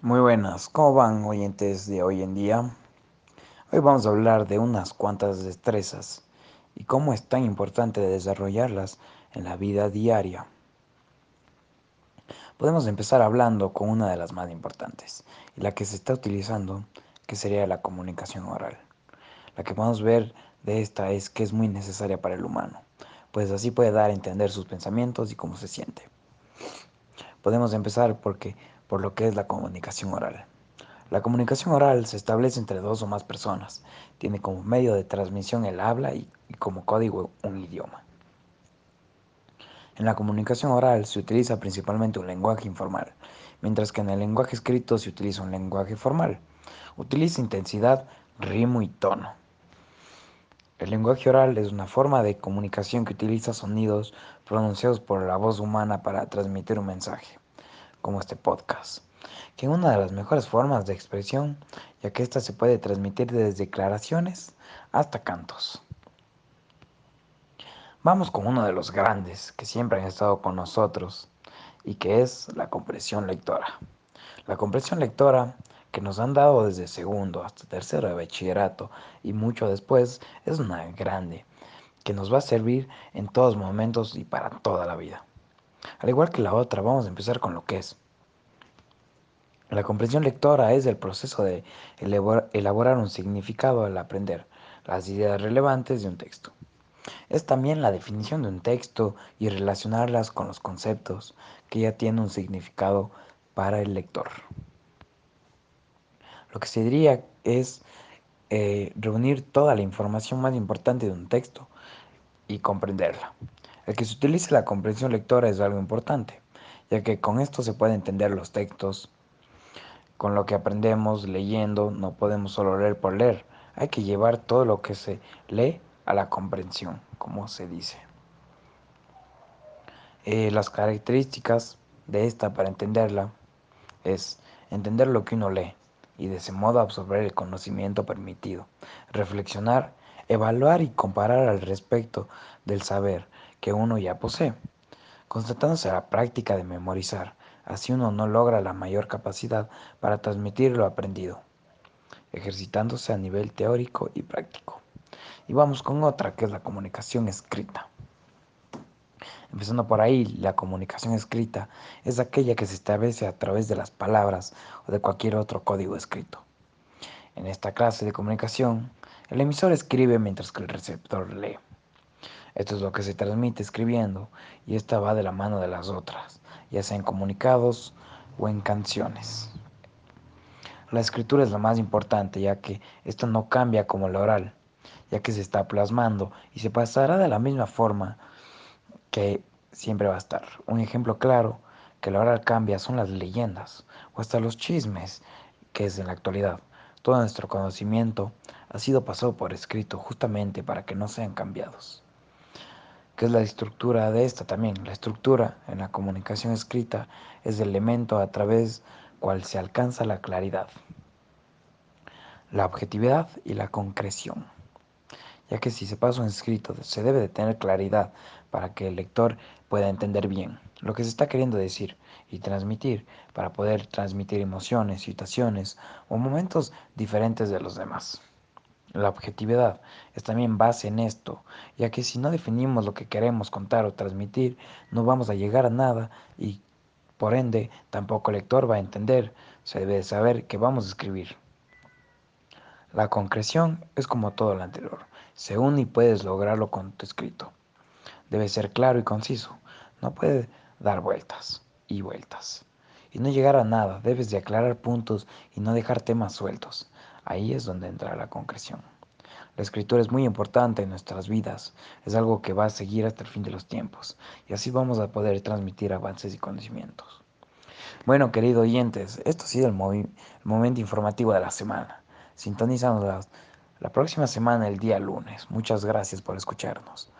Muy buenas, ¿cómo van oyentes de hoy en día? Hoy vamos a hablar de unas cuantas destrezas y cómo es tan importante desarrollarlas en la vida diaria. Podemos empezar hablando con una de las más importantes y la que se está utilizando, que sería la comunicación oral. La que podemos ver de esta es que es muy necesaria para el humano, pues así puede dar a entender sus pensamientos y cómo se siente. Podemos empezar por lo que es la comunicación oral. La comunicación oral se establece entre dos o más personas. Tiene como medio de transmisión el habla y como código un idioma. En la comunicación oral se utiliza principalmente un lenguaje informal, mientras que en el lenguaje escrito se utiliza un lenguaje formal. Utiliza intensidad, ritmo y tono. El lenguaje oral es una forma de comunicación que utiliza sonidos pronunciados por la voz humana para transmitir un mensaje, como este podcast, que es una de las mejores formas de expresión, ya que ésta se puede transmitir desde declaraciones hasta cantos. Vamos con uno de los grandes que siempre han estado con nosotros y que es la comprensión lectora. La comprensión lectora que nos han dado desde segundo hasta tercero de bachillerato y mucho después es una grande que nos va a servir en todos momentos y para toda la vida. Al igual que la otra, vamos a empezar con lo que es. La comprensión lectora es el proceso de elaborar un significado al aprender las ideas relevantes de un texto. Es también la definición de un texto y relacionarlas con los conceptos que ya tienen un significado para el lector. Lo que se diría es reunir toda la información más importante de un texto y comprenderla. El que se utilice la comprensión lectora es algo importante, ya que con esto se puede entender los textos. Con lo que aprendemos leyendo, no podemos solo leer por leer, hay que llevar todo lo que se lee a la comprensión, como se dice. Las características de esta para entenderla es entender lo que uno lee y de ese modo absorber el conocimiento permitido, reflexionar, evaluar y comparar al respecto del saber que uno ya posee, constatándose la práctica de memorizar, así uno no logra la mayor capacidad para transmitir lo aprendido, ejercitándose a nivel teórico y práctico. Y vamos con otra que es la comunicación escrita. Empezando por ahí, la comunicación escrita es aquella que se establece a través de las palabras o de cualquier otro código escrito. En esta clase de comunicación, el emisor escribe mientras que el receptor lee. Esto es lo que se transmite escribiendo y esta va de la mano de las otras, ya sea en comunicados o en canciones. La escritura es la más importante ya que esto no cambia como la oral, ya que se está plasmando y se pasará de la misma forma que siempre va a estar. Un ejemplo claro que la oral cambia son las leyendas o hasta los chismes, que es en la actualidad. Todo nuestro conocimiento ha sido pasado por escrito justamente para que no sean cambiados. ¿Qué es la estructura de esta también? La estructura en la comunicación escrita es el elemento a través cual se alcanza la claridad, la objetividad y la concreción, ya que si se pasa un escrito se debe de tener claridad para que el lector pueda entender bien lo que se está queriendo decir y transmitir para poder transmitir emociones, situaciones o momentos diferentes de los demás. La objetividad es también base en esto, ya que si no definimos lo que queremos contar o transmitir, no vamos a llegar a nada y por ende tampoco el lector va a entender, se debe de saber que vamos a escribir. La concreción es como todo lo anterior, se une y puedes lograrlo con tu escrito. Debe ser claro y conciso, no puede dar vueltas y vueltas. Y no llegar a nada, debes de aclarar puntos y no dejar temas sueltos. Ahí es donde entra la concreción. La escritura es muy importante en nuestras vidas, es algo que va a seguir hasta el fin de los tiempos, y así vamos a poder transmitir avances y conocimientos. Bueno, queridos oyentes, esto ha sido el momento informativo de la semana. Sintonízanos la próxima semana, el día lunes. Muchas gracias por escucharnos.